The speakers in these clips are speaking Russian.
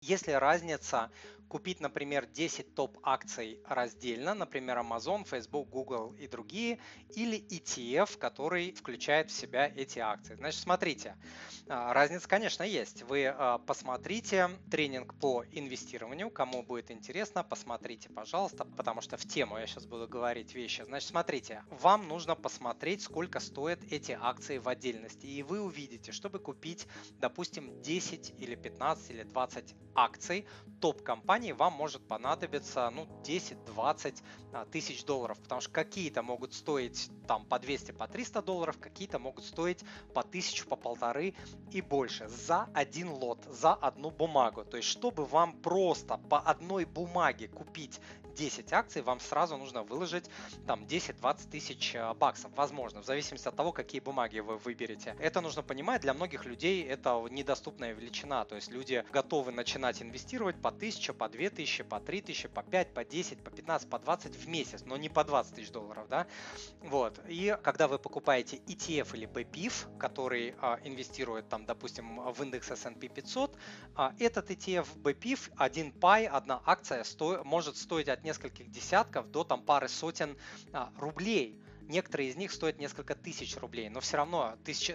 Если разница купить, например, 10 топ-акций раздельно, например, Amazon, Facebook, Google и другие, или ETF, который включает в себя эти акции. Значит, смотрите, разница, конечно, есть. Вы посмотрите тренинг по инвестированию, кому будет интересно, посмотрите, пожалуйста, потому что в тему я сейчас буду говорить вещи. Значит, смотрите, вам нужно посмотреть, сколько стоят эти акции в отдельности, и вы увидите, чтобы купить, допустим, 10 или 15 или 20 акций топ-компаний, вам может понадобиться 10-20 тысяч долларов, потому что какие-то могут стоить там по 200, по 300 долларов, какие-то могут стоить по 1000, по полторы и больше за один лот, за одну бумагу. То есть, чтобы вам просто по одной бумаге купить 10 акций, вам сразу нужно выложить там 10-20 тысяч баксов, возможно, в зависимости от того, какие бумаги вы выберете. Это нужно понимать, для многих людей это недоступная величина, то есть люди готовы начинать инвестировать по 1000, по 2000, по 3000, по 5, по 10, по 15, по 20 в месяц, но не по 20 тысяч долларов, да. Вот. И когда вы покупаете ETF или BPIF, который инвестирует там, допустим, в индекс S&P 500, этот ETF BPIF, один пай, одна акция может стоить от нескольких десятков до там пары сотен рублей. Некоторые из них стоят несколько тысяч рублей, но все равно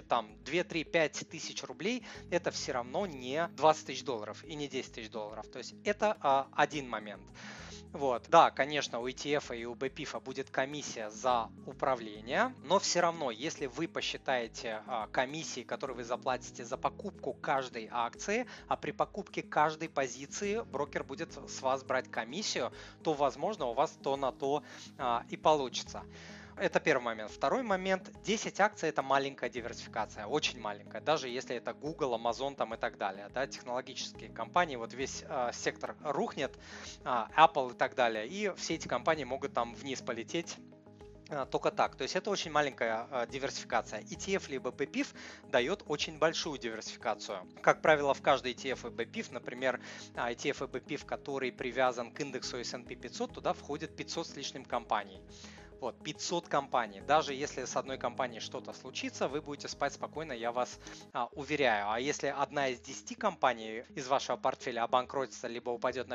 2, 3, 5 тысяч рублей это все равно не 20 тысяч долларов и не 10 тысяч долларов. То есть это один момент. Вот. Да, конечно, у ETF и у BPIF будет комиссия за управление, но все равно, если вы посчитаете комиссии, которые вы заплатите за покупку каждой акции, а при покупке каждой позиции брокер будет с вас брать комиссию, то, возможно, у вас то на то и получится. Это первый момент. Второй момент. 10 акций – это маленькая диверсификация, очень маленькая. Даже если это Google, Amazon там и так далее. Да, технологические компании, вот весь сектор рухнет, Apple и так далее. И все эти компании могут там вниз полететь. Только так. То есть это очень маленькая диверсификация. ETF либо BPIF дает очень большую диверсификацию. Как правило, в каждый ETF и BPIF, например, ETF и BPIF, который привязан к индексу S&P 500, туда входит 500 с лишним компаний. Вот, 500 компаний. Даже если с одной компанией что-то случится, вы будете спать спокойно, я вас уверяю. А если одна из 10 компаний из вашего портфеля обанкротится, либо упадет на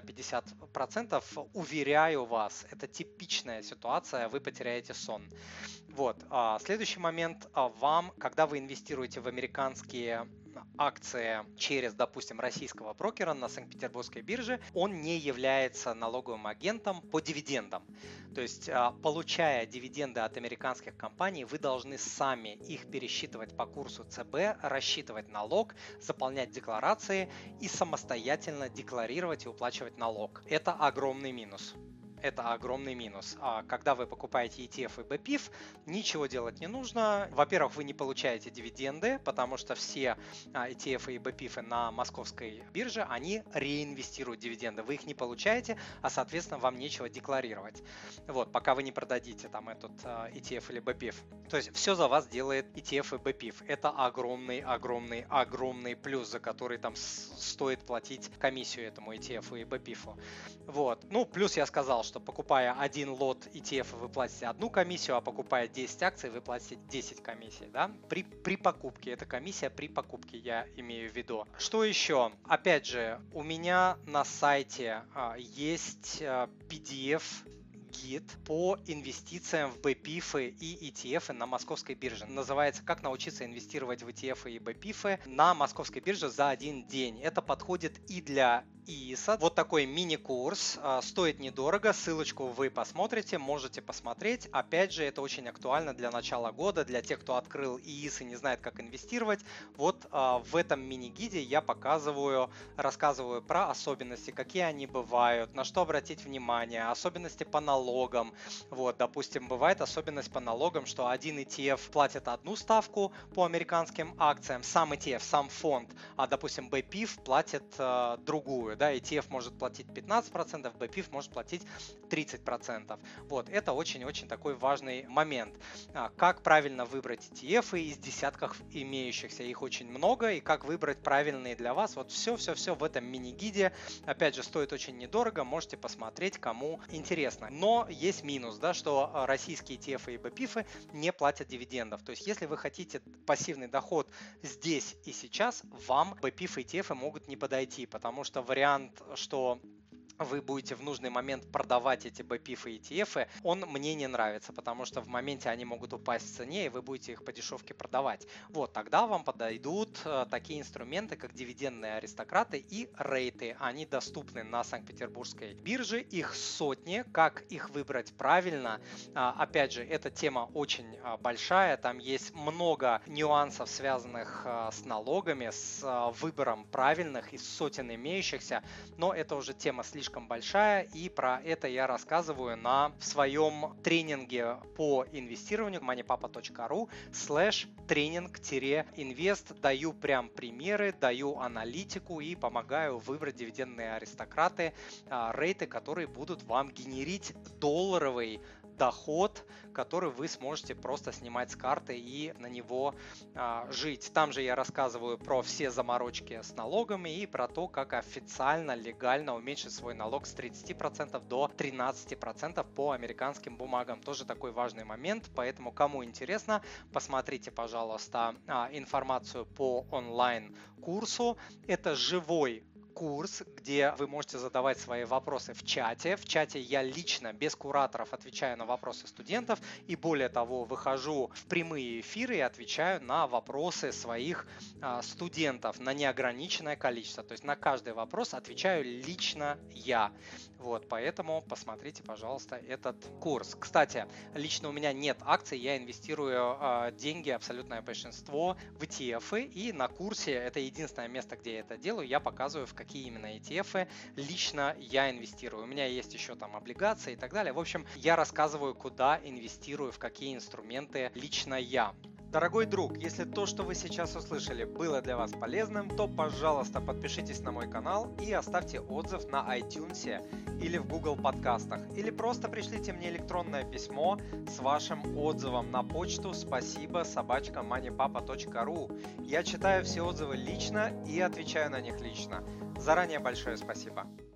50%, уверяю вас, это типичная ситуация, вы потеряете сон. Вот. Следующий момент. Вам, когда вы инвестируете в американские акции через, допустим, российского брокера на Санкт-Петербургской бирже, он не является налоговым агентом по дивидендам. То есть, получая дивиденды от американских компаний, вы должны сами их пересчитывать по курсу ЦБ, рассчитывать налог, заполнять декларации и самостоятельно декларировать и уплачивать налог. Это огромный минус. Это огромный минус. Когда вы покупаете ETF и BPIF, ничего делать не нужно. Во-первых, вы не получаете дивиденды, потому что все ETF и BPIF на московской бирже, они реинвестируют дивиденды. Вы их не получаете, а, соответственно, вам нечего декларировать. Вот, пока вы не продадите там этот ETF или BPIF. То есть все за вас делает ETF и BPIF. Это огромный, огромный, огромный плюс, за который там стоит платить комиссию этому ETF и BPIF. Вот. Ну, плюс я сказал, что покупая один лот ETF, вы платите одну комиссию, а покупая 10 акций, вы платите 10 комиссий. Да? При покупке. Это комиссия при покупке, я имею в виду. Что еще? Опять же, у меня на сайте есть PDF гид по инвестициям в BPIF и ETF на московской бирже. Называется «Как научиться инвестировать в ETF и BPIF на московской бирже за один день». Это подходит и для ИИСа. Вот такой мини-курс, стоит недорого, ссылочку вы посмотрите, можете посмотреть. Опять же, это очень актуально для начала года, для тех, кто открыл ИИС и не знает, как инвестировать. Вот в этом мини-гиде я рассказываю про особенности, какие они бывают, на что обратить внимание, особенности по налогам. Вот, допустим, бывает особенность по налогам, что один ETF платит одну ставку по американским акциям, сам ETF, сам фонд, а, допустим, BPIF платит другую. Да, ETF может платить 15%, BPIF может платить 30%. Вот, это очень-очень такой важный момент. Как правильно выбрать ETF из десятков имеющихся, их очень много, и как выбрать правильные для вас, вот все-все-все в этом мини-гиде. Опять же, стоит очень недорого, можете посмотреть, кому интересно. Но есть минус, да, что российские ETF и BPIF не платят дивидендов. То есть, если вы хотите пассивный доход здесь и сейчас, вам BPIF и ETF могут не подойти, потому что вариант вариант, что вы будете в нужный момент продавать эти BPIF и ETF, он мне не нравится, потому что в моменте они могут упасть в цене, и вы будете их по дешевке продавать. Вот, тогда вам подойдут такие инструменты, как дивидендные аристократы и рейты. Они доступны на Санкт-Петербургской бирже, их сотни. Как их выбрать правильно? Опять же, эта тема очень большая, там есть много нюансов, связанных с налогами, с выбором правильных из сотен имеющихся, но это уже тема слишком большая, и про это я рассказываю в своем тренинге по инвестированию moneypapa.ru/тренинг-инвест. Даю прям примеры, даю аналитику и помогаю выбрать дивидендные аристократы, рейты, которые будут вам генерить долларовый доход, который вы сможете просто снимать с карты и на него жить. Там же я рассказываю про все заморочки с налогами и про то, как официально, легально уменьшить свой налог с 30% до 13% по американским бумагам. Тоже такой важный момент, поэтому кому интересно, посмотрите, пожалуйста, информацию по онлайн-курсу. Это живой курс, где вы можете задавать свои вопросы в чате. В чате я лично, без кураторов, отвечаю на вопросы студентов и, более того, выхожу в прямые эфиры и отвечаю на вопросы своих студентов на неограниченное количество. То есть на каждый вопрос отвечаю лично я. Вот, поэтому посмотрите, пожалуйста, этот курс. Кстати, лично у меня нет акций, я инвестирую деньги, абсолютное большинство, в ETF, и на курсе, это единственное место, где я это делаю, я показываю, в какие именно ETF лично я инвестирую. У меня есть еще там облигации и так далее. В общем, я рассказываю, куда инвестирую, в какие инструменты лично я. Дорогой друг, если то, что вы сейчас услышали, было для вас полезным, то, пожалуйста, подпишитесь на мой канал и оставьте отзыв на iTunes или в Google подкастах. Или просто пришлите мне электронное письмо с вашим отзывом на почту спасибо@moneypapa.ru. Я читаю все отзывы лично и отвечаю на них лично. Заранее большое спасибо.